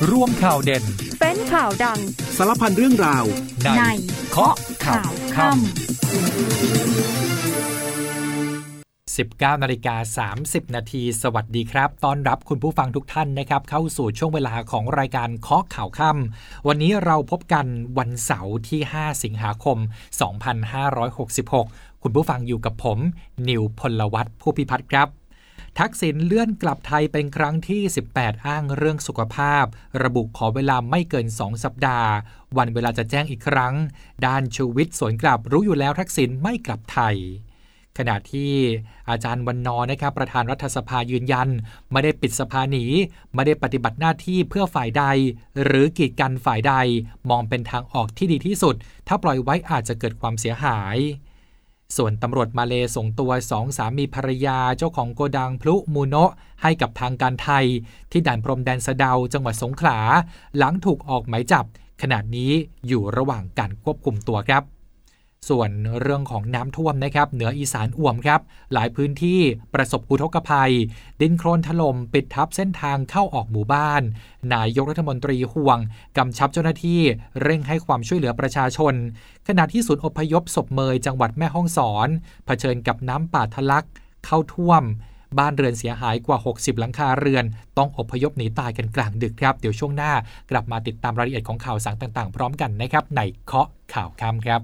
ร่วมข่าวเด่นเป็นข่าวดังสารพันเรื่องราวในเคาะข่าวค่ำ 19:30 นาทีสวัสดีครับต้อนรับคุณผู้ฟังทุกท่านนะครับเข้าสู่ช่วงเวลาของรายการเคาะข่าวค่ำวันนี้เราพบกันวันเสาร์ที่5สิงหาคม2566คุณผู้ฟังอยู่กับผมนิวพลวัฒน์ผู้พิพัฒน์ครับทักษิณเลื่อนกลับไทยเป็นครั้งที่18อ้างเรื่องสุขภาพระบุขอเวลาไม่เกิน2สัปดาห์วันเวลาจะแจ้งอีกครั้งด้านชูวิทย์สวนกลับรู้อยู่แล้วทักษิณไม่กลับไทยขณะที่อาจารย์วันนอนะครับประธานรัฐสภายืนยันไม่ได้ปิดสภาหนีไม่ได้ปฏิบัติหน้าที่เพื่อฝ่ายใดหรือกีดกันฝ่ายใดมองเป็นทางออกที่ดีที่สุดถ้าปล่อยไว้อาจจะเกิดความเสียหายส่วนตำรวจมาเลส่งตัว2สามีภรรยาเจ้าของโกดังพลุมูโนะให้กับทางการไทยที่ด่านพรมแดนสะเดาจังหวัดสงขลาหลังถูกออกหมายจับขณะนี้อยู่ระหว่างการควบคุมตัวครับส่วนเรื่องของน้ำท่วมนะครับเหนืออีสานอ่วมครับหลายพื้นที่ประสบอุทกภัยดินโคลนถล่มปิดทับเส้นทางเข้าออกหมู่บ้านนายกรัฐมนตรีห่วงกำชับเจ้าหน้าที่เร่งให้ความช่วยเหลือประชาชนขณะที่ศูนย์อพยพศพเมยจังหวัดแม่ฮ่องสอนเผชิญกับน้ำป่าทะลักเข้าท่วมบ้านเรือนเสียหายกว่า60หลังคาเรือนต้องอพยพหนีตายกันกลางดึกครับเดี๋ยวช่วงหน้ากลับมาติดตามรายละเอียดของข่าวสารต่างๆพร้อมกันนะครับในเคาะข่าวค่ำครับ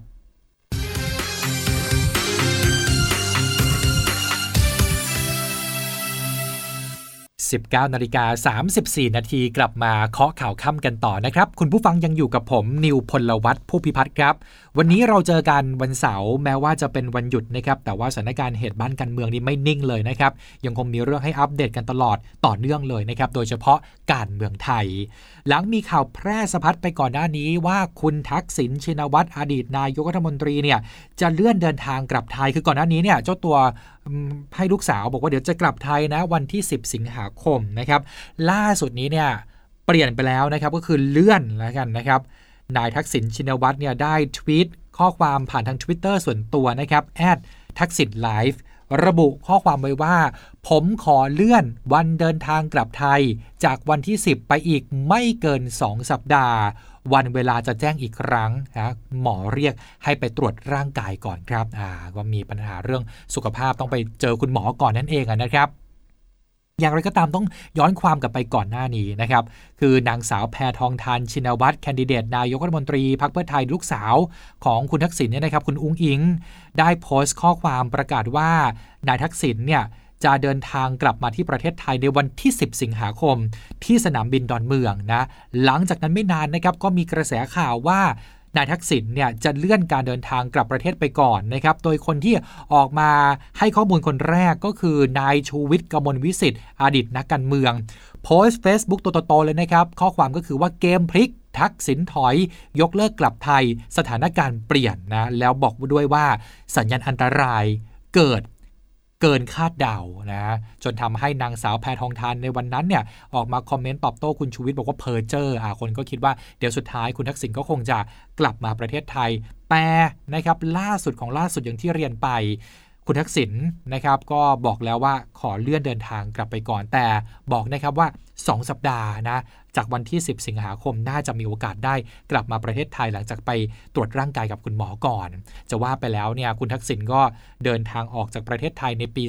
19:34 นาทีกลับมาเคาะข่าวค่ำกันต่อนะครับคุณผู้ฟังยังอยู่กับผมนิวพลวัฒน์ผู้พิพัฒน์ครับวันนี้เราเจอกันวันเสาร์แม้ว่าจะเป็นวันหยุดนะครับแต่ว่าสถานการณ์เหตุบ้านการเมืองนี่ไม่นิ่งเลยนะครับยังคงมีเรื่องให้อัปเดตกันตลอดต่อเนื่องเลยนะครับโดยเฉพาะการเมืองไทยหลังมีข่าวแพร่สะพัดไปก่อนหน้านี้ว่าคุณทักษิณชินวัตรอดีตนายกรัฐมนตรีเนี่ยจะเลื่อนเดินทางกลับไทยคือก่อนหน้านี้เนี่ยเจ้าตัวให้ลูกสาวบอกว่าเดี๋ยวจะกลับไทยนะวันที่10สิงหาคมนะครับล่าสุดนี้เนี่ยเปลี่ยนไปแล้วนะครับก็คือเลื่อนแล้วกันนะครับนายทักษิณชินวัตรเนี่ยได้ทวีตข้อความผ่านทาง Twitter ส่วนตัวนะครับทักษิณไลฟ์ระบุข้อความไว้ว่าผมขอเลื่อนวันเดินทางกลับไทยจากวันที่10ไปอีกไม่เกิน2สัปดาห์วันเวลาจะแจ้งอีกครั้งนะหมอเรียกให้ไปตรวจร่างกายก่อนครับก็มีปัญหาเรื่องสุขภาพต้องไปเจอคุณหมอก่อนนั่นเองนะครับอย่างไรก็ตามต้องย้อนความกลับไปก่อนหน้านี้นะครับคือนางสาวแพทองธารชินวัตรแคนดิเดตนายกรัฐมนตรีพรรคเพื่อไทยลูกสาวของคุณทักษิณเนี่ยนะครับคุณอุ้งอิงได้โพสต์ข้อความประกาศว่านายทักษิณเนี่ยจะเดินทางกลับมาที่ประเทศไทยในวันที่10สิงหาคมที่สนามบินดอนเมืองนะหลังจากนั้นไม่นานนะครับก็มีกระแสข่าวว่านายทักษิณเนี่ยจะเลื่อนการเดินทางกลับประเทศไปก่อนนะครับโดยคนที่ออกมาให้ข้อมูลคนแรกก็คือนายชูวิทย์กมลวิสิทธิ์อดีตนักการเมืองโพสต์ Facebook ตัวโตๆเลยนะครับข้อความก็คือว่าเกมพลิกทักษิณถอยยกเลิกกลับไทยสถานการณ์เปลี่ยนนะแล้วบอกด้วยว่าสัญญาณอันตรายเกินคาดเดานะจนทำให้นางสาวแพทองธารในวันนั้นเนี่ยออกมาคอมเมนต์ตอบโต้คุณชูวิทย์บอกว่าเพ้อเจ้อคนก็คิดว่าเดี๋ยวสุดท้ายคุณทักษิณก็คงจะกลับมาประเทศไทยแต่นะครับล่าสุดอย่างที่เรียนไปคุณทักษิณนะครับก็บอกแล้วว่าขอเลื่อนเดินทางกลับไปก่อนแต่บอกนะครับว่า2สัปดาห์นะจากวันที่10สิงหาคมน่าจะมีโอกาสได้กลับมาประเทศไทยหลังจากไปตรวจร่างกายกับคุณหมอก่อนจะว่าไปแล้วเนี่ยคุณทักษิณก็เดินทางออกจากประเทศไทยในปี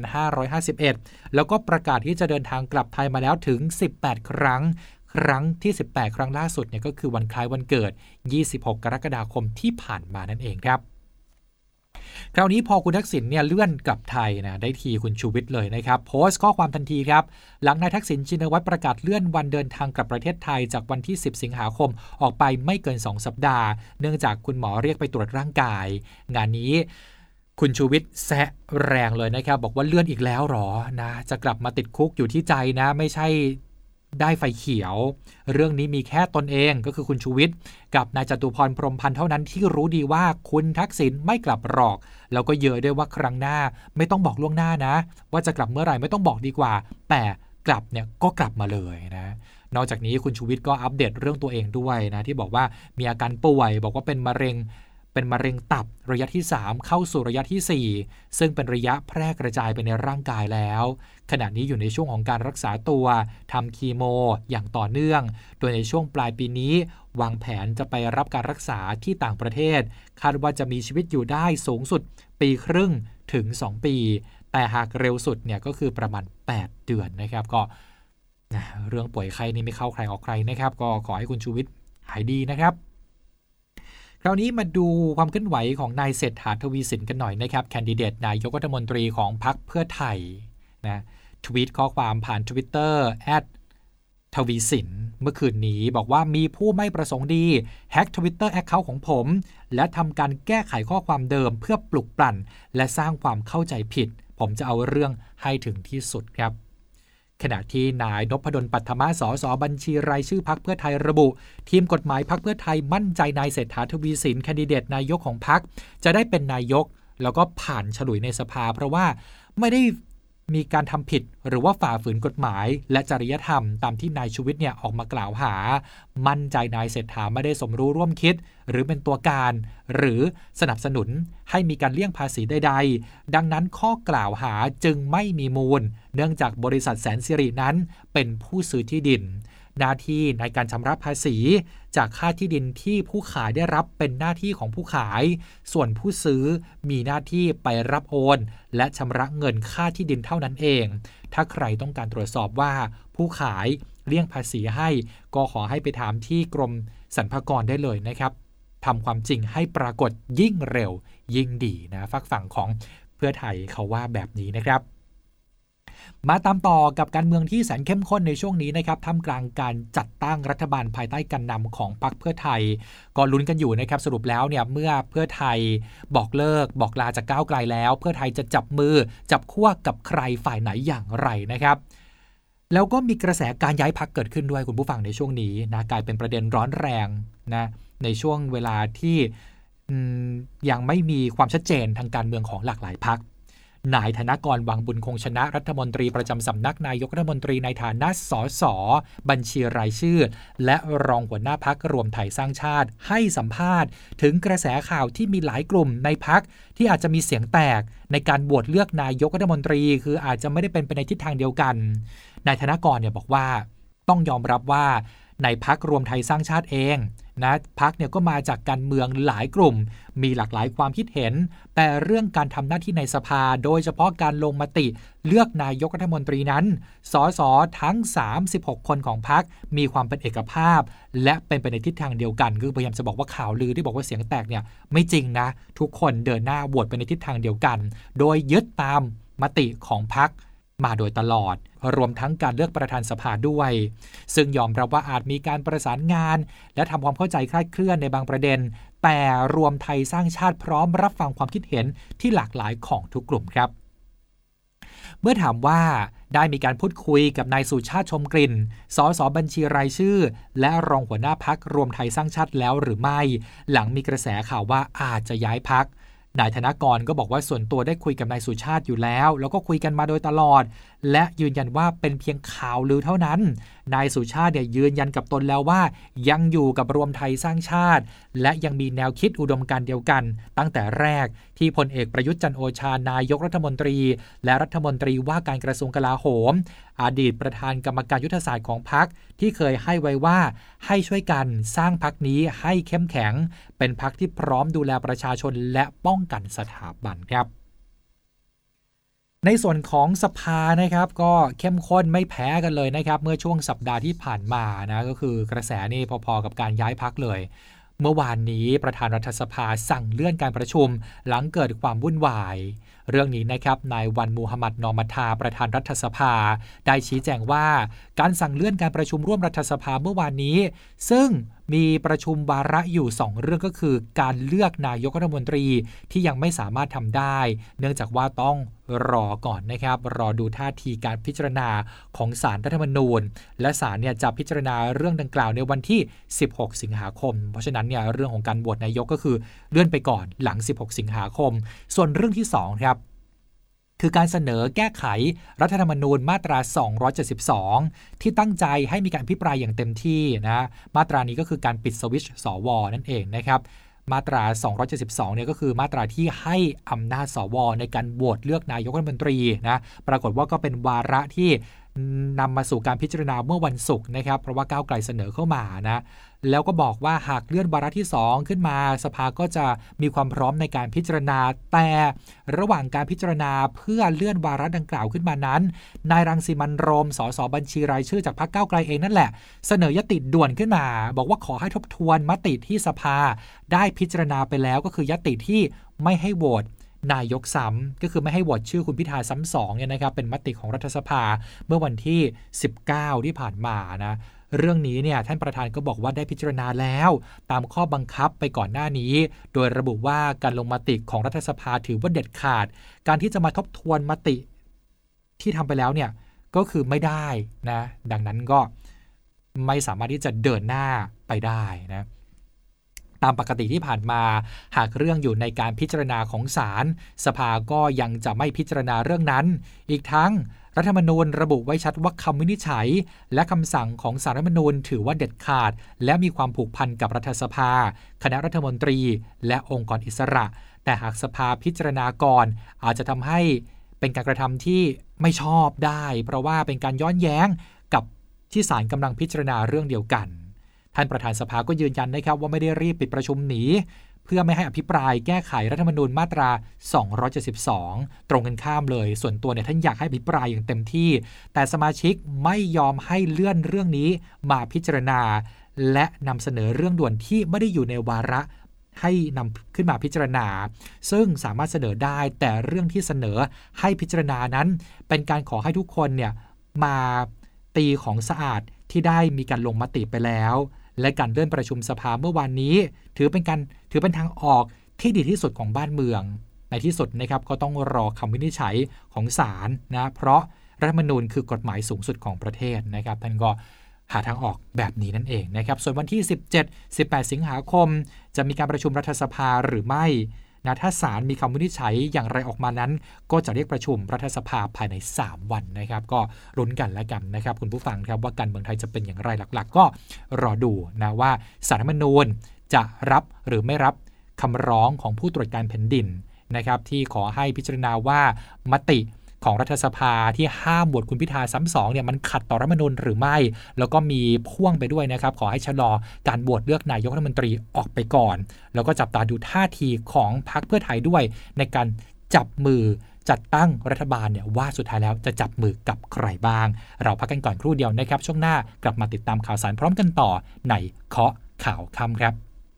2551แล้วก็ประกาศที่จะเดินทางกลับไทยมาแล้วถึง18ครั้งที่18ครั้งล่าสุดเนี่ยก็คือวันคล้ายวันเกิด26กรกฎาคมที่ผ่านมานั่นเองครับคราวนี้พอคุณทักษิณเนี่ยเลื่อนกลับไทยนะได้ทีคุณชูวิทย์เลยนะครับโพสต์ข้อความทันทีครับหลังนายทักษิณชินวัตรประกาศเลื่อนวันเดินทางกลับประเทศไทยจากวันที่10สิงหาคมออกไปไม่เกิน2สัปดาห์เนื่องจากคุณหมอเรียกไปตรวจร่างกายงานนี้คุณชูวิทย์แซะแรงเลยนะครับบอกว่าเลื่อนอีกแล้วหรอนะจะกลับมาติดคุกอยู่ที่ใจนะไม่ใช่ได้ไฟเขียวเรื่องนี้มีแค่ตนเองก็คือคุณชูวิทย์กับนายจตุพรพรหมพันธ์เท่านั้นที่รู้ดีว่าคุณทักษิณไม่กลับหรอกแล้วก็เยอะด้วยว่าครั้งหน้าไม่ต้องบอกล่วงหน้านะว่าจะกลับเมื่อไหร่ไม่ต้องบอกดีกว่าแต่กลับเนี่ยก็กลับมาเลยนะนอกจากนี้คุณชูวิทย์ก็อัปเดตเรื่องตัวเองด้วยนะที่บอกว่ามีอาการป่วยบอกว่าเป็นมะเร็งเป็นมะเร็งตับระยะที่3เข้าสู่ระยะที่4ซึ่งเป็นระยะแพร่กระจายไปในร่างกายแล้วขณะนี้อยู่ในช่วงของการรักษาตัวทำคีโมอย่างต่อเนื่องโดยในช่วงปลายปีนี้วางแผนจะไปรับการรักษาที่ต่างประเทศคาดว่าจะมีชีวิตอยู่ได้สูงสุดปีครึ่งถึง2ปีแต่หากเร็วสุดเนี่ยก็คือประมาณ8เดือนนะครับก็เรื่องป่วยไข้นี่ไม่เข้าใครออกใครนะครับก็ขอให้คุณชูวิทย์หายดีนะครับคราวนี้มาดูความเคลื่อนไหวของนายเศรษฐาทวีสินกันหน่อยนะครับแคนดิเดตนายกรัฐมนตรีของพรรคเพื่อไทยนะทวีตข้อความผ่าน Twitter ทวีสินเมื่อคืนนี้บอกว่ามีผู้ไม่ประสงค์ดีแฮ็ก Twitter Account ของผมและทำการแก้ไขข้อความเดิมเพื่อปลุกปลั่นและสร้างความเข้าใจผิดผมจะเอาเรื่องให้ถึงที่สุดครับขณะที่นายนพดลปัทมสสบัญชีรายชื่อพรรคเพื่อไทยระบุทีมกฎหมายพรรคเพื่อไทยมั่นใจนายเศรษฐาทวีสินแคนดิเดตนายกของพรรคจะได้เป็นนายกแล้วก็ผ่านฉลุยในสภาเพราะว่าไม่ได้มีการทำผิดหรือว่าฝ่าฝืนกฎหมายและจริยธรรมตามที่นายชูวิทย์เนี่ยออกมากล่าวหามั่นใจนายเศรษฐาไม่ได้สมรู้ร่วมคิดหรือเป็นตัวการหรือสนับสนุนให้มีการเลี่ยงภาษีใดๆดังนั้นข้อกล่าวหาจึงไม่มีมูลเนื่องจากบริษัทแสนสิรินั้นเป็นผู้ซื้อที่ดินหน้าที่ในการชำระภาษีจากค่าที่ดินที่ผู้ขายได้รับเป็นหน้าที่ของผู้ขายส่วนผู้ซื้อมีหน้าที่ไปรับโอนและชำระเงินค่าที่ดินเท่านั้นเองถ้าใครต้องการตรวจสอบว่าผู้ขายเลี่ยงภาษีให้ก็ขอให้ไปถามที่กรมสรรพากรได้เลยนะครับทำความจริงให้ปรากฏยิ่งเร็วยิ่งดีนะฝักฝั่งของเพื่อไทยเขาว่าแบบนี้นะครับมาตามต่อกับการเมืองที่แสนเข้มข้นในช่วงนี้นะครับท่ามกลางการจัดตั้งรัฐบาลภายใต้การนำของพรรคเพื่อไทยก็ลุ้นกันอยู่นะครับสรุปแล้วเนี่ยเมื่อเพื่อไทยบอกเลิกบอกลาจากก้าวไกลแล้วเพื่อไทยจะจับมือจับขั้วกับใครฝ่ายไหนอย่างไรนะครับแล้วก็มีกระแสการย้ายพรรคเกิดขึ้นด้วยคุณผู้ฟังในช่วงนี้นะกลายเป็นประเด็นร้อนแรงนะในช่วงเวลาที่ยังไม่มีความชัดเจนทางการเมืองของหลากหลายพรรคนายธนกร วังบุญคงชนะรัฐมนตรีประจำสำนักนายกรัฐมนตรีในฐานะสสบัญชีรายชื่อและรองหัวหน้าพรรครวมไทยสร้างชาติให้สัมภาษณ์ถึงกระแสข่าวที่มีหลายกลุ่มในพรรคที่อาจจะมีเสียงแตกในการโหวตเลือกนายกรัฐมนตรีคืออาจจะไม่ได้เป็นไปในทิศทางเดียวกันนายธนกรเนี่ยบอกว่าต้องยอมรับว่าในพรรครวมไทยสร้างชาติเองนะพรรคเนี่ยก็มาจากการเมืองหลายกลุ่มมีหลากหลายความคิดเห็นแต่เรื่องการทำหน้าที่ในสภาโดยเฉพาะการลงมติเลือกนายกรัฐมนตรีนั้นสสทั้ง36คนของพรรคมีความเป็นเอกภาพและเป็นไปในทิศทางเดียวกันคือพยายามจะบอกว่าข่าวลือที่บอกว่าเสียงแตกเนี่ยไม่จริงนะทุกคนเดินหน้าโหวตไปในทิศทางเดียวกันโดยยึดตามมติของพรรคมาโดยตลอดรวมทั้งการเลือกประธานสภาด้วยซึ่งยอมรับว่าอาจมีการประสานงานและทำความเข้าใจคลาดเคลื่อนในบางประเด็นแต่รวมไทยสร้างชาติพร้อมรับฟังความคิดเห็นที่หลากหลายของทุกกลุ่มครับเมื่อถามว่าได้มีการพูดคุยกับนายสุชาติชมกลิ่นสสบัญชีรายชื่อและรองหัวหน้าพรรครวมไทยสร้างชาติแล้วหรือไม่หลังมีกระแสข่าวว่าอาจจะย้ายพรรคนายธนกรก็บอกว่าส่วนตัวได้คุยกับนายสุชาติอยู่แล้วก็คุยกันมาโดยตลอดและยืนยันว่าเป็นเพียงข่าวลือเท่านั้นนายสุชาติยืนยันกับตนแล้วว่ายังอยู่กับรวมไทยสร้างชาติและยังมีแนวคิดอุดมการณ์เดียวกันตั้งแต่แรกที่พลเอกประยุทธ์จันทร์โอชานายกรัฐมนตรีและรัฐมนตรีว่าการกระทรวงกลาโหมอดีตประธานกรรมการยุทธศาสตร์ของพรรคที่เคยให้ไว้ว่าให้ช่วยกันสร้างพรรคนี้ให้เข้มแข็งเป็นพรรคที่พร้อมดูแลประชาชนและป้องกันสถาบันครับในส่วนของสภานะครับก็เข้มข้นไม่แพ้กันเลยนะครับเมื่อช่วงสัปดาห์ที่ผ่านมานะก็คือกระแสนี่พอๆกับการย้ายพรรคเลยเมื่อวานนี้ประธานรัฐสภาสั่งเลื่อนการประชุมหลังเกิดความวุ่นวายเรื่องนี้นะครับนายวันมูฮัมหมัดนอมัทาประธานรัฐสภาได้ชี้แจงว่าการสั่งเลื่อนการประชุมร่วมรัฐสภาเมื่อวานนี้ซึ่งมีประชุมวาระอยู่2เรื่องก็คือการเลือกนายกรัฐมนตรีที่ยังไม่สามารถทำได้เนื่องจากว่าต้องรอก่อนนะครับรอดูท่าทีการพิจารณาของศาลรัฐธรรมนูญและศาลเนี่ยจะพิจารณาเรื่องดังกล่าวในวันที่16สิงหาคมเพราะฉะนั้นเนี่ยเรื่องของการโหวตนายกก็คือเลื่อนไปก่อนหลัง16สิงหาคมส่วนเรื่องที่2ครับคือการเสนอแก้ไขรัฐธรรมนูญมาตรา272ที่ตั้งใจให้มีการอภิปรายอย่างเต็มที่นะมาตรานี้ก็คือการปิดสวิตช์สวนั่นเองนะครับมาตรา272เนี่ยก็คือมาตราที่ให้อำนาจสวในการโหวตเลือกนายกรัฐมนตรีนะปรากฏว่าก็เป็นวาระที่นำมาสู่การพิจารณาเมื่อวันศุกร์นะครับเพราะว่าก้าวไกลเสนอเข้ามานะแล้วก็บอกว่าหากเลื่อนวาระที่2ขึ้นมาสภาก็จะมีความพร้อมในการพิจารณาแต่ระหว่างการพิจารณาเพื่อเลื่อนวาระดังกล่าวขึ้นมานั้นนายรังสิมันต์โรมสสบัญชีรายชื่อจากพรรคก้าวไกลเองนั่นแหละเสนอยติด่วนขึ้นมาบอกว่าขอให้ทบทวนมติที่สภาได้พิจารณาไปแล้วก็คือยติที่ไม่ให้โหวตนายกซ้ำก็คือไม่ให้โหวตชื่อคุณพิธาซ้ำสองเนี่ยนะครับเป็นมติของรัฐสภาเมื่อวันที่19ที่ผ่านมานะเรื่องนี้เนี่ยท่านประธานก็บอกว่าได้พิจารณาแล้วตามข้อบังคับไปก่อนหน้านี้โดยระบุว่าการลงมติของรัฐสภาถือว่าเด็ดขาดการที่จะมาทบทวนมติที่ทำไปแล้วเนี่ยก็คือไม่ได้นะดังนั้นก็ไม่สามารถที่จะเดินหน้าไปได้นะตามปกติที่ผ่านมาหากเรื่องอยู่ในการพิจารณาของศาลสภาก็ยังจะไม่พิจารณาเรื่องนั้นอีกทั้งรัฐธรรมนูญระบุไว้ชัดว่าคำวินิจฉัยและคำสั่งของศาลรัฐธรรมนูญถือว่าเด็ดขาดและมีความผูกพันกับรัฐสภาคณะรัฐมนตรีและองค์กรอิสระแต่หากสภาพิจารณาก่อนอาจจะทำให้เป็นการกระทำที่ไม่ชอบได้เพราะว่าเป็นการย้อนแย้งกับที่ศาลกำลังพิจารณาเรื่องเดียวกันท่านประธานสภาก็ยืนยันนะครับว่าไม่ได้รีบปิดประชุมหนีเพื่อไม่ให้อภิปรายแก้ไขรัฐธรรมนูญมาตรา272ตรงกันข้ามเลยส่วนตัวเนี่ยท่านอยากให้อภิปรายอย่างเต็มที่แต่สมาชิกไม่ยอมให้เลื่อนเรื่องนี้มาพิจารณาและนำเสนอเรื่องด่วนที่ไม่ได้อยู่ในวาระให้นำขึ้นมาพิจารณาซึ่งสามารถเสนอได้แต่เรื่องที่เสนอให้พิจารณานั้นเป็นการขอให้ทุกคนเนี่ยมาตีของสะอาดที่ได้มีการลงมติไปแล้วและการเลื่อนประชุมสภาเมื่อวานนี้ถือเป็นทางออกที่ดีที่สุดของบ้านเมืองในที่สุดนะครับก็ต้องรอคำวินิจฉัยของศาลนะเพราะรัฐธรรมนูญคือกฎหมายสูงสุดของประเทศนะครับท่านก็หาทางออกแบบนี้นั่นเองนะครับส่วนวันที่17-18 สิงหาคมจะมีการประชุมรัฐสภาหรือไม่นะถ้าศาลมีคำวินิจฉัยอย่างไรออกมานั้นก็จะเรียกประชุมรัฐสภาภายใน3วันนะครับก็ลุ้นกันแล้วกันนะครับคุณผู้ฟังครับว่าการเมืองไทยจะเป็นอย่างไรหลักๆก็รอดูนะว่าศาลรัฐธรรมนูญจะรับหรือไม่รับคำร้องของผู้ตรวจการแผ่นดินนะครับที่ขอให้พิจารณาว่ามติของรัฐสภาที่ห้ามโหวตคุณพิธาซ้ำสองเนี่ยมันขัดต่อรัฐธรรมนูญหรือไม่แล้วก็มีพ่วงไปด้วยนะครับขอให้ชะลอการโหวตเลือกนายกรัฐมนตรีออกไปก่อนแล้วก็จับตาดูท่าทีของพรรคเพื่อไทยด้วยในการจับมือจัดตั้งรัฐบาลเนี่ยว่าสุดท้ายแล้วจะจับมือกับใครบ้างเราพักกันก่อนครู่เดียวนะครับช่วงหน้ากลับมาติดตามข่าวสารพร้อมกันต่อในเคาะข่าวค่ำครับ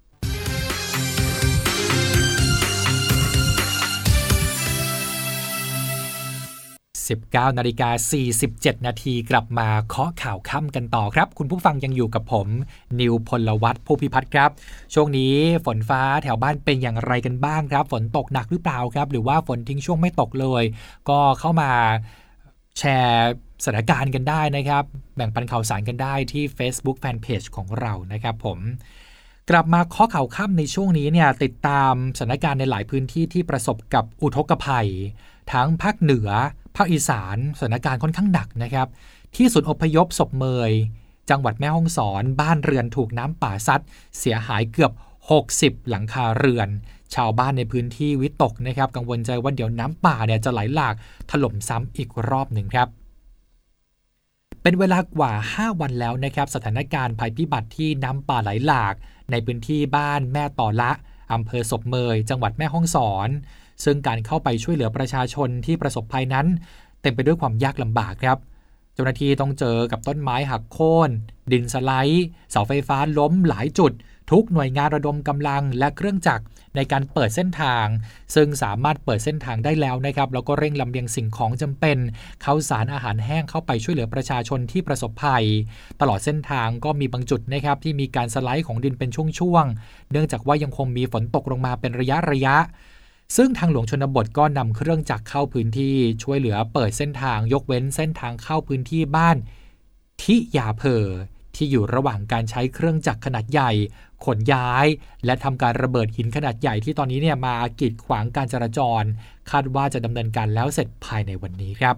19:47 น.กลับมาเคาะข่าวค่ำกันต่อครับคุณผู้ฟังยังอยู่กับผมนิวพลวัฒน์ผู้พิพัฒน์ครับช่วงนี้ฝนฟ้าแถวบ้านเป็นอย่างไรกันบ้างครับฝนตกหนักหรือเปล่าครับหรือว่าฝนทิ้งช่วงไม่ตกเลยก็เข้ามาแชร์สถานการณ์กันได้นะครับแบ่งปันข่าวสารกันได้ที่ Facebook Fanpage ของเรานะครับผมกลับมาเคาะข่าวค่ำในช่วงนี้เนี่ยติดตามสถานการณ์ในหลายพื้นที่ที่ประสบกับอุทกภัยทั้งภาคเหนือภาคอีสานสถานการณ์ค่อนข้างหนักนะครับที่ศูนย์อพยพศพเมยจังหวัดแม่ฮ่องสอนบ้านเรือนถูกน้ำป่าซัดเสียหายเกือบ60หลังคาเรือนชาวบ้านในพื้นที่วิตกนะครับกังวลใจว่าเดี๋ยวน้ำป่าเนี่ยจะไหลหลากถล่มซ้ำอีกรอบหนึ่งครับเป็นเวลากว่า5วันแล้วนะครับสถานการณ์ภัยพิบัติที่น้ำป่าไหลหลากในพื้นที่บ้านแม่ต่อละอำเภอศพเมยจังหวัดแม่ฮ่องสอนซึ่งการเข้าไปช่วยเหลือประชาชนที่ประสบภัยนั้นเต็มไปด้วยความยากลำบากครับเจ้าหน้าที่ต้องเจอกับต้นไม้หักโค่นดินสไลด์เสาไฟฟ้าล้มหลายจุดทุกหน่วยงานระดมกำลังและเครื่องจักรในการเปิดเส้นทางซึ่งสามารถเปิดเส้นทางได้แล้วนะครับแล้วก็เร่งลำเลียงสิ่งของจำเป็นข้าวสารอาหารแห้งเข้าไปช่วยเหลือประชาชนที่ประสบภัยตลอดเส้นทางก็มีบางจุดนะครับที่มีการสไลด์ของดินเป็นช่วงๆเนื่องจากว่ายังคงมีฝนตกลงมาเป็นระยะซึ่งทางหลวงชนบทก็นำเครื่องจักรเข้าพื้นที่ช่วยเหลือเปิดเส้นทางยกเว้นเส้นทางเข้าพื้นที่บ้านทิยาเพอที่อยู่ระหว่างการใช้เครื่องจักรขนาดใหญ่ขนย้ายและทำการระเบิดหินขนาดใหญ่ที่ตอนนี้เนี่ยมากีดขวางการจราจรคาดว่าจะดำเนินการแล้วเสร็จภายในวันนี้ครับ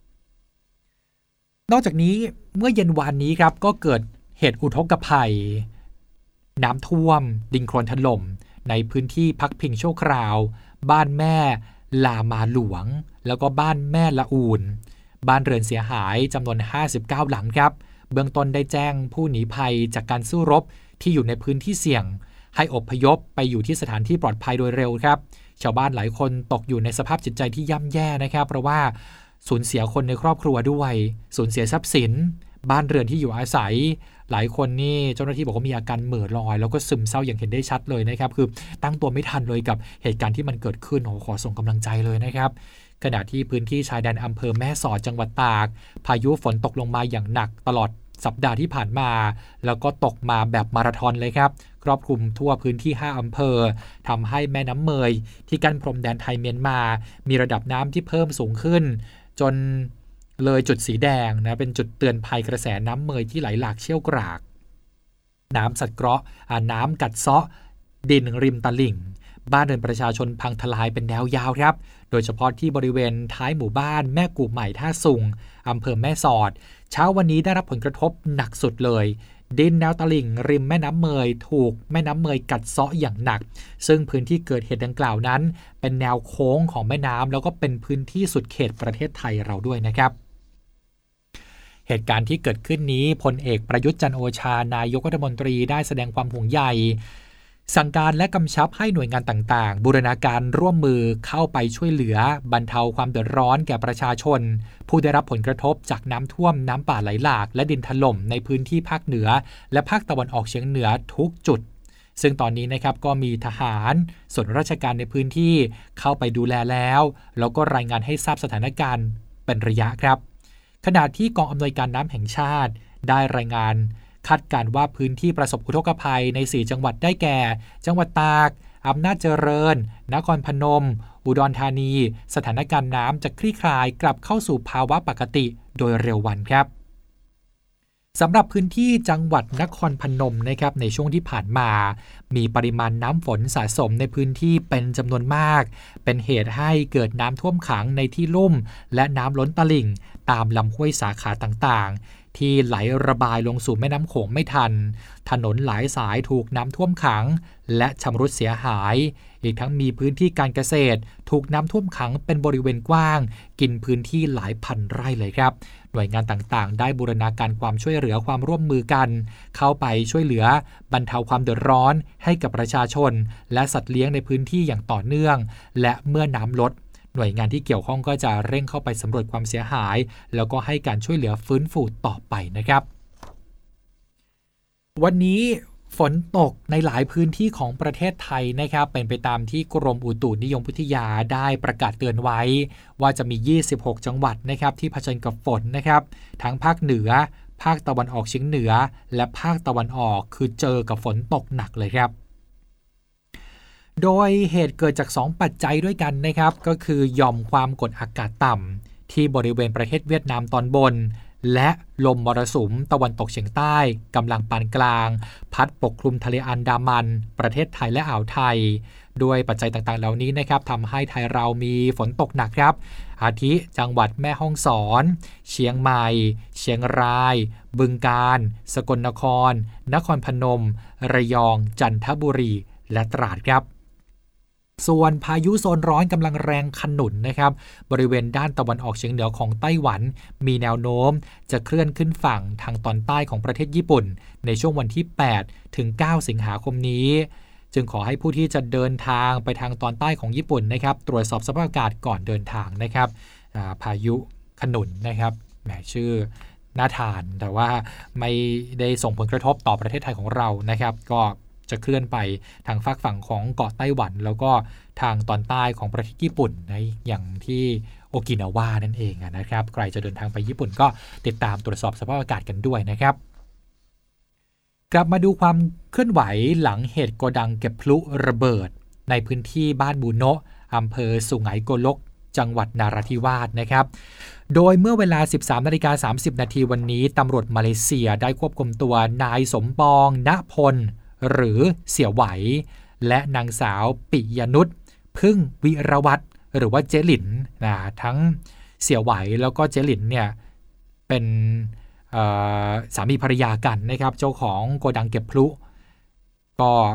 นอกจากนี้เมื่อเย็นวานนี้ครับก็เกิดเหตุอุทกภัยน้ำท่วมดินโคลนถล่มในพื้นที่พักพิงชั่วคราวบ้านแม่ลามาหลวงแล้วก็บ้านแม่ละอูนบ้านเรือนเสียหายจำนวน59หลังครับเบื้องต้นได้แจ้งผู้หนีภัยจากการสู้รบที่อยู่ในพื้นที่เสี่ยงให้อพยพไปอยู่ที่สถานที่ปลอดภัยโดยเร็วครับชาวบ้านหลายคนตกอยู่ในสภาพจิตใจที่ย่ำแย่นะครับเพราะว่าสูญเสียคนในครอบครัวด้วยสูญเสียทรัพย์สินบ้านเรือนที่อยู่อาศัยหลายคนนี่เจ้าหน้าที่บอกว่ามีอาการเหม่อลอยแล้วก็ซึมเศร้าอย่างเห็นได้ชัดเลยนะครับคือตั้งตัวไม่ทันเลยกับเหตุการณ์ที่มันเกิดขึ้นขอส่งกำลังใจเลยนะครับขณะที่พื้นที่ชายแดนอำเภอแม่สอดจังหวัดตากพายุฝนตกลงมาอย่างหนักตลอดสัปดาห์ที่ผ่านมาแล้วก็ตกมาแบบมาราธอนเลยครับครอบคลุมทั่วพื้นที่5อำเภอทำให้แม่น้ำเมยที่กั้นพรมแดนไทยเมียนมามีระดับน้ำที่เพิ่มสูงขึ้นจนเลยจุดสีแดงนะเป็นจุดเตือนภัยกระแสน้ำเมยที่ไหลหลากเชี่ยวกรากน้ำสัตว์เกราะน้ำกัดเซาะดินริมตลิ่งบ้านเรือนประชาชนพังทลายเป็นแนวยาวครับโดยเฉพาะที่บริเวณท้ายหมู่บ้านแม่กู่ใหม่ท่าสุงอำเภอแม่สอดเช้าวันนี้ได้รับผลกระทบหนักสุดเลยดินแนวตลิ่งริมแม่น้ำเมยถูกแม่น้ำเมยกัดเซาะอย่างหนักซึ่งพื้นที่เกิดเหตุดังกล่าวนั้นเป็นแนวโค้งของแม่น้ำแล้วก็เป็นพื้นที่สุดเขตประเทศไทยเราด้วยนะครับเหตุการณ์ที่เกิดขึ้นนี้พลเอกประยุทธ์จันทร์โอชานายกรัฐมนตรีได้แสดงความห่วงใยสั่งการและกำชับให้หน่วยงานต่างๆบูรณาการร่วมมือเข้าไปช่วยเหลือบรรเทาความเดือดร้อนแก่ประชาชนผู้ได้รับผลกระทบจากน้ำท่วมน้ำป่าไหลหลากและดินถล่มในพื้นที่ภาคเหนือและภาคตะวันออกเฉียงเหนือทุกจุดซึ่งตอนนี้นะครับก็มีทหารส่วนราชการในพื้นที่เข้าไปดูแลแล้วก็รายงานให้ทราบสถานการณ์เป็นระยะครับขณะที่กองอำนวยการน้ำแห่งชาติได้รายงานคาดการณ์ว่าพื้นที่ประสบอุทกภัยใน4จังหวัดได้แก่จังหวัดตากอำนาจเจริญนครพนมอุดรธานีสถานการณ์น้ำจะคลี่คลายกลับเข้าสู่ภาวะปกติโดยเร็ววันครับสำหรับพื้นที่จังหวัดนครพนมนะครับในช่วงที่ผ่านมามีปริมาณน้ำฝนสะสมในพื้นที่เป็นจำนวนมากเป็นเหตุให้เกิดน้ำท่วมขังในที่ลุ่มและน้ำล้นตลิ่งตามลำห้วยสาขาต่างๆที่ไหลระบายลงสู่แม่น้ำโขงไม่ทันถนนหลายสายถูกน้ำท่วมขังและชำรุดเสียหายอีกทั้งมีพื้นที่การเกษตรถูกน้ำท่วมขังเป็นบริเวณกว้างกินพื้นที่หลายพันไร่เลยครับหน่วยงานต่างๆได้บูรณาการความช่วยเหลือความร่วมมือกันเข้าไปช่วยเหลือบรรเทาความเดือดร้อนให้กับประชาชนและสัตว์เลี้ยงในพื้นที่อย่างต่อเนื่องและเมื่อน้ำลดหน่วยงานที่เกี่ยวข้องก็จะเร่งเข้าไปสำรวจความเสียหายแล้วก็ให้การช่วยเหลือฟื้นฟูต่อไปนะครับวันนี้ฝนตกในหลายพื้นที่ของประเทศไทยนะครับเป็นไปตามที่กรมอุตุนิยมวิทยาได้ประกาศเตือนไว้ว่าจะมี26จังหวัดนะครับที่เผชิญกับฝนนะครับทั้งภาคเหนือภาคตะวันออกเฉียงเหนือและภาคตะวันออกคือเจอกับฝนตกหนักเลยครับโดยเหตุเกิดจาก2ปัจจัยด้วยกันนะครับก็คือหย่อมความกดอากาศต่ำที่บริเวณประเทศเวียดนามตอนบนและลมมรสุมตะวันตกเฉียงใต้กำลังปานกลางพัดปกคลุมทะเลอันดามันประเทศไทยและอ่าวไทยด้วยปัจจัยต่างๆเหล่านี้นะครับทำให้ไทยเรามีฝนตกหนักครับอาทิจังหวัดแม่ฮ่องสอนเชียงใหม่เชียงรายบึงกาฬสกลนครนครพนมระยองจันทบุรีและตราดครับส่วนพายุโซนร้อนกำลังแรงขนุนนะครับบริเวณด้านตะวันออกเฉียงเหนือของไต้หวันมีแนวโน้มจะเคลื่อนขึ้นฝั่งทางตอนใต้ของประเทศญี่ปุ่นในช่วงวันที่8ถึง9สิงหาคมนี้จึงขอให้ผู้ที่จะเดินทางไปทางตอนใต้ของญี่ปุ่นนะครับตรวจสอบสภาพอากาศก่อนเดินทางนะครับพายุขนุนนะครับแหมชื่อน่าทานแต่ว่าไม่ได้ส่งผลกระทบต่อประเทศไทยของเรานะครับก็จะเคลื่อนไปทางฝั่งของเกาะไต้หวันแล้วก็ทางตอนใต้ของประเทศญี่ปุ่นในอย่างที่โอกินาวานั่นเองนะครับใครจะเดินทางไปญี่ปุ่นก็ติดตามตรวจสอบสภาพอากาศกันด้วยนะครับกลับมาดูความเคลื่อนไหวหลังเหตุโกดังเก็บพลุระเบิดในพื้นที่บ้านบูโนะอำเภอสุไหงโกลกจังหวัดนราธิวาสนะครับโดยเมื่อเวลา 13:30 นาทีวันนี้ตำรวจมาเลเซียได้ควบคุมตัวนายสมปองณพลหรือเสี่ยวไหวและนางสาวปิยนุชพึ่งวิรวัฒน์หรือว่าเจหลินทั้งเสี่ยวไหวแล้วก็เจหลินเนี่ยเป็นสามีภรรยากันนะครับเจ้าของโกดังเก็บพลุก็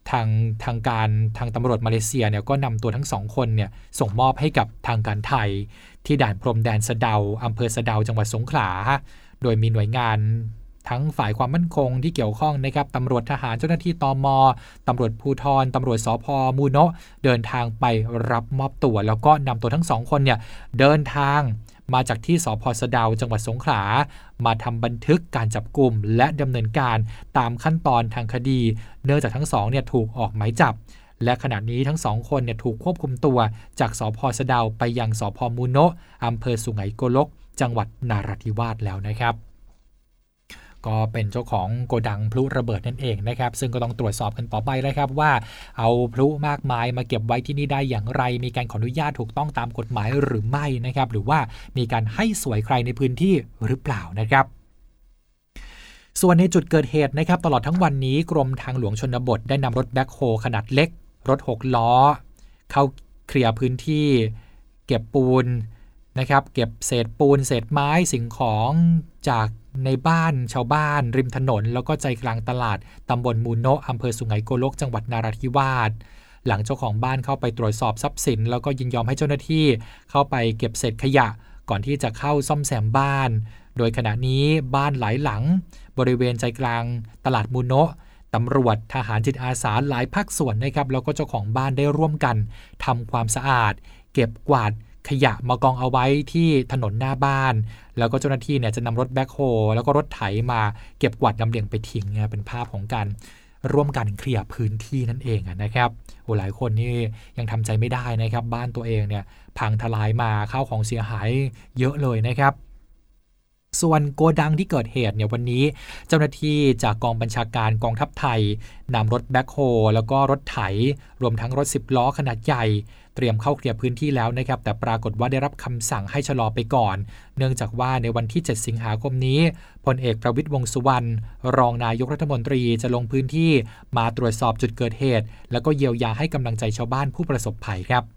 ทางการทางตำรวจมาเลเซียเนี่ยก็นำตัวทั้ง2คนเนี่ยส่งมอบให้กับทางการไทยที่ด่านพรมแดนสะเดาอำเภอสะเดาจังหวัดสงขลาโดยมีหน่วยงานทั้งฝ่ายความมั่นคงที่เกี่ยวข้องนะครับตำรวจทหารเจ้าหน้าที่ตม.ตำรวจภูธรตำรวจสภ.มูโนะเดินทางไปรับมอบตัวแล้วก็นำตัวทั้ง2คนเนี่ยเดินทางมาจากที่สภ.สะเดาจังหวัดสงขลามาทำบันทึกการจับกุมและดำเนินการตามขั้นตอนทางคดีเนื่องจากทั้ง2เนี่ยถูกออกหมายจับและขณะนี้ทั้ง2คนเนี่ยถูกควบคุมตัวจากสภ.สะเดาไปยังสภ.มูโนะอำเภอสุไหงโกลกจังหวัดนราธิวาสแล้วนะครับก็เป็นเจ้าของโกดังพลุระเบิดนั่นเองนะครับซึ่งก็ต้องตรวจสอบกันต่อไปแล้วครับว่าเอาพลุมากมายมาเก็บไว้ที่นี่ได้อย่างไรมีการขออนุญาตถูกต้องตามกฎหมายหรือไม่นะครับหรือว่ามีการให้สวยใครในพื้นที่หรือเปล่านะครับส่วนในจุดเกิดเหตุนะครับตลอดทั้งวันนี้กรมทางหลวงชนบทได้นำรถแบ็คโฮขนาดเล็กรถ6ล้อเข้าเคลียร์พื้นที่เก็บปูนนะครับเก็บเศษปูนเศษไม้สิ่งของจากในบ้านชาวบ้านริมถนนแล้วก็ใจกลางตลาดตำบลมูโนะอำเภอสุไหงโกลกจังหวัดนราธิวาสหลังเจ้าของบ้านเข้าไปตรวจสอบทรัพย์สินแล้วก็ยินยอมให้เจ้าหน้าที่เข้าไปเก็บเศษขยะก่อนที่จะเข้าซ่อมแซมบ้านโดยขณะนี้บ้านหลายหลังบริเวณใจกลางตลาดมูโนะตำรวจทหารจิตอาสาหลายภาคส่วนนะครับแล้วก็เจ้าของบ้านได้ร่วมกันทำความสะอาดเก็บกวาดขยะมากองเอาไว้ที่ถนนหน้าบ้านแล้วก็เจ้าหน้าที่เนี่ยจะนำรถแบ็คโฮแล้วก็รถไถมาเก็บกวาดลำเลียงไปทิ้งเป็นภาพของการร่วมกันเคลียร์พื้นที่นั่นเองนะครับหลายคนนี่ยังทำใจไม่ได้นะครับบ้านตัวเองเนี่ยพังทลายมาข้าวของเสียหายเยอะเลยนะครับส่วนโกดังที่เกิดเหตุเนี่ยวันนี้เจ้าหน้าที่จากกองบัญชาการกองทัพไทยนำรถแบ็คโฮแล้วก็รถไถรวมทั้งรถ10ล้อขนาดใหญ่เตรียมเข้าเคลียร์พื้นที่แล้วนะครับแต่ปรากฏว่าได้รับคำสั่งให้ชะลอไปก่อนเนื่องจากว่าในวันที่7สิงหาคมนี้พลเอกประวิตรวงษ์สุวรรณรองนายกรัฐมนตรีจะลงพื้นที่มาตรวจสอบจุดเกิดเหตุแล้วก็เยียวยาให้กำลังใจชาวบ้านผู้ประสบภัยครับ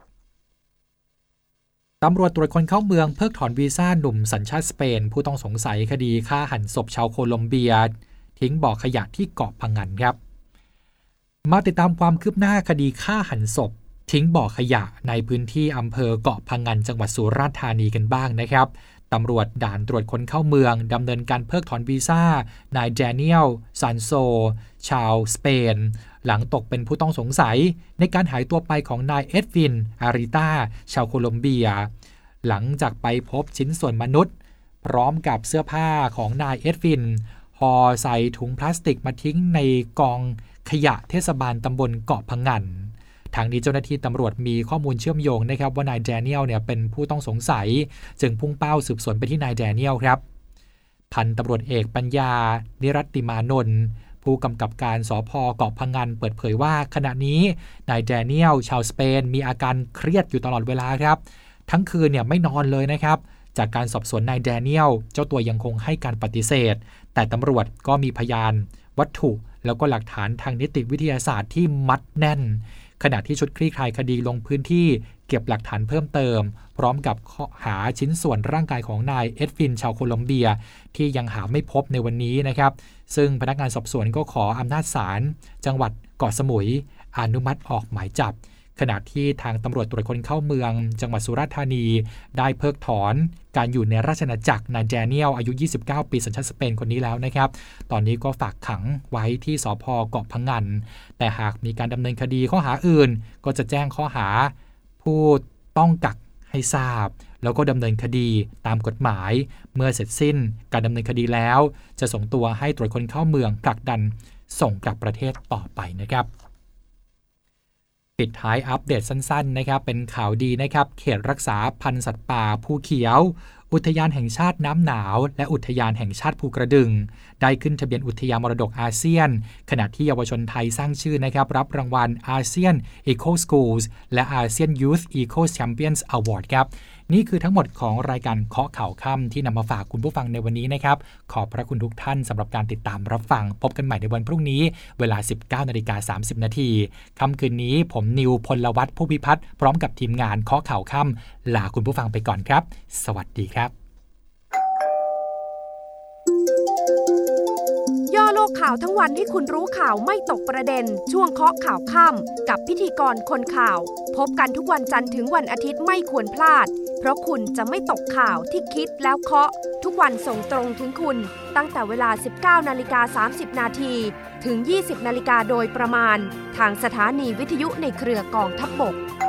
ตำรวจตรวจคนเข้าเมืองเพิกถอนวีซ่าหนุ่มสัญชาติสเปนผู้ต้องสงสัยคดีฆ่าหันศพชาวโคลอมเบียทิ้งบ่อขยะที่เกาะพะงันครับมาติดตามความคืบหน้าคดีฆ่าหันศพทิ้งบ่อขยะในพื้นที่อำเภอเกาะพะงันจังหวัดสุราษฎร์ธานีกันบ้างนะครับตำรวจด่านตรวจคนเข้าเมืองดำเนินการเพิกถอนวีซ่านายแดเนียลซานโซชาวสเปนหลังตกเป็นผู้ต้องสงสัยในการหายตัวไปของนายเอ็ดวินอาริต้าชาวโคลอมเบียหลังจากไปพบชิ้นส่วนมนุษย์พร้อมกับเสื้อผ้าของนายเอ็ดวินห่อใส่ถุงพลาสติกมาทิ้งในกองขยะเทศบาลตำบลเกาะพะงันทางนี้เจ้าหน้าที่ตำรวจมีข้อมูลเชื่อมโยงนะครับว่านายแดเนียลเนี่ยเป็นผู้ต้องสงสัยจึงพุ่งเป้าสืบสวนไปที่นายแดเนียลครับพันตำรวจเอกปัญญานิรัตติมานนท์ผู้กำกับการสภ.เกาะพะงันเปิดเผยว่าขณะนี้นายแดเนียลชาวสเปนมีอาการเครียดอยู่ตลอดเวลาครับทั้งคืนเนี่ยไม่นอนเลยนะครับจากการสอบสวนนายแดเนียลเจ้าตัวยังคงให้การปฏิเสธแต่ตำรวจก็มีพยานวัตถุแล้วก็หลักฐานทางนิติวิทยาศาสตร์ที่มัดแน่นขณะที่ชุดคลี่คลายคดีลงพื้นที่เก็บหลักฐานเพิ่มเติมพร้อมกับหาชิ้นส่วนร่างกายของนายเอ็ดวินชาวโคลอมเบียที่ยังหาไม่พบในวันนี้นะครับซึ่งพนักงานสอบสวนก็ขออำนาจศาลจังหวัดเกาะสมุยอนุมัติออกหมายจับขณะที่ทางตำรวจตรวจคนเข้าเมืองจังหวัดสุราษฎร์ธานีได้เพิกถอนการอยู่ในราชอาณาจักรนายแดเนียลอายุ29ปีสัญชาติสเปนคนนี้แล้วนะครับตอนนี้ก็ฝากขังไว้ที่สภ.เกาะพะงันแต่หากมีการดำเนินคดีข้อหาอื่นก็จะแจ้งข้อหาผู้ต้องกักให้ทราบแล้วก็ดำเนินคดีตามกฎหมายเมื่อเสร็จสิ้นการดำเนินคดีแล้วจะส่งตัวให้ตรวจคนเข้าเมืองผลักดันส่งกลับประเทศต่อไปนะครับปิดท้ายอัปเดตสั้นๆนะครับเป็นข่าวดีนะครับเขตรักษาพันธุ์สัตว์ป่าภูเขียวอุทยานแห่งชาติน้ำหนาวและอุทยานแห่งชาติภูกระดึงได้ขึ้นทะเบียนอุทยานมรดกอาเซียนขณะที่เยาวชนไทยสร้างชื่อนะครับรับรางวัลอาเซียน Eco Schools และอาเซียน Youth Eco Champions Award ครับนี่คือทั้งหมดของรายการเคาะข่าวค่ำที่นำมาฝากคุณผู้ฟังในวันนี้นะครับขอบพระคุณทุกท่านสำหรับการติดตามรับฟังพบกันใหม่ในวันพรุ่งนี้เวลา 19:30 น.ค่ำคืนนี้ผมนิวพลวัฒน์ผู้พิพัฒน์พร้อมกับทีมงานเคาะข่าวค่ำลาคุณผู้ฟังไปก่อนครับสวัสดีครับยอโลกข่าวทั้งวันให้คุณรู้ข่าวไม่ตกประเด็นช่วงเคาะข่าวค่ำกับพิธีกรคนข่าวพบกันทุกวันจันทร์ถึงวันอาทิตย์ไม่ควรพลาดเพราะคุณจะไม่ตกข่าวที่คิดแล้วเคาะทุกวันส่งตรงถึงคุณตั้งแต่เวลา 19:30 นาทีถึง 20 นาฬิกาโดยประมาณทางสถานีวิทยุในเครือกองทัพบก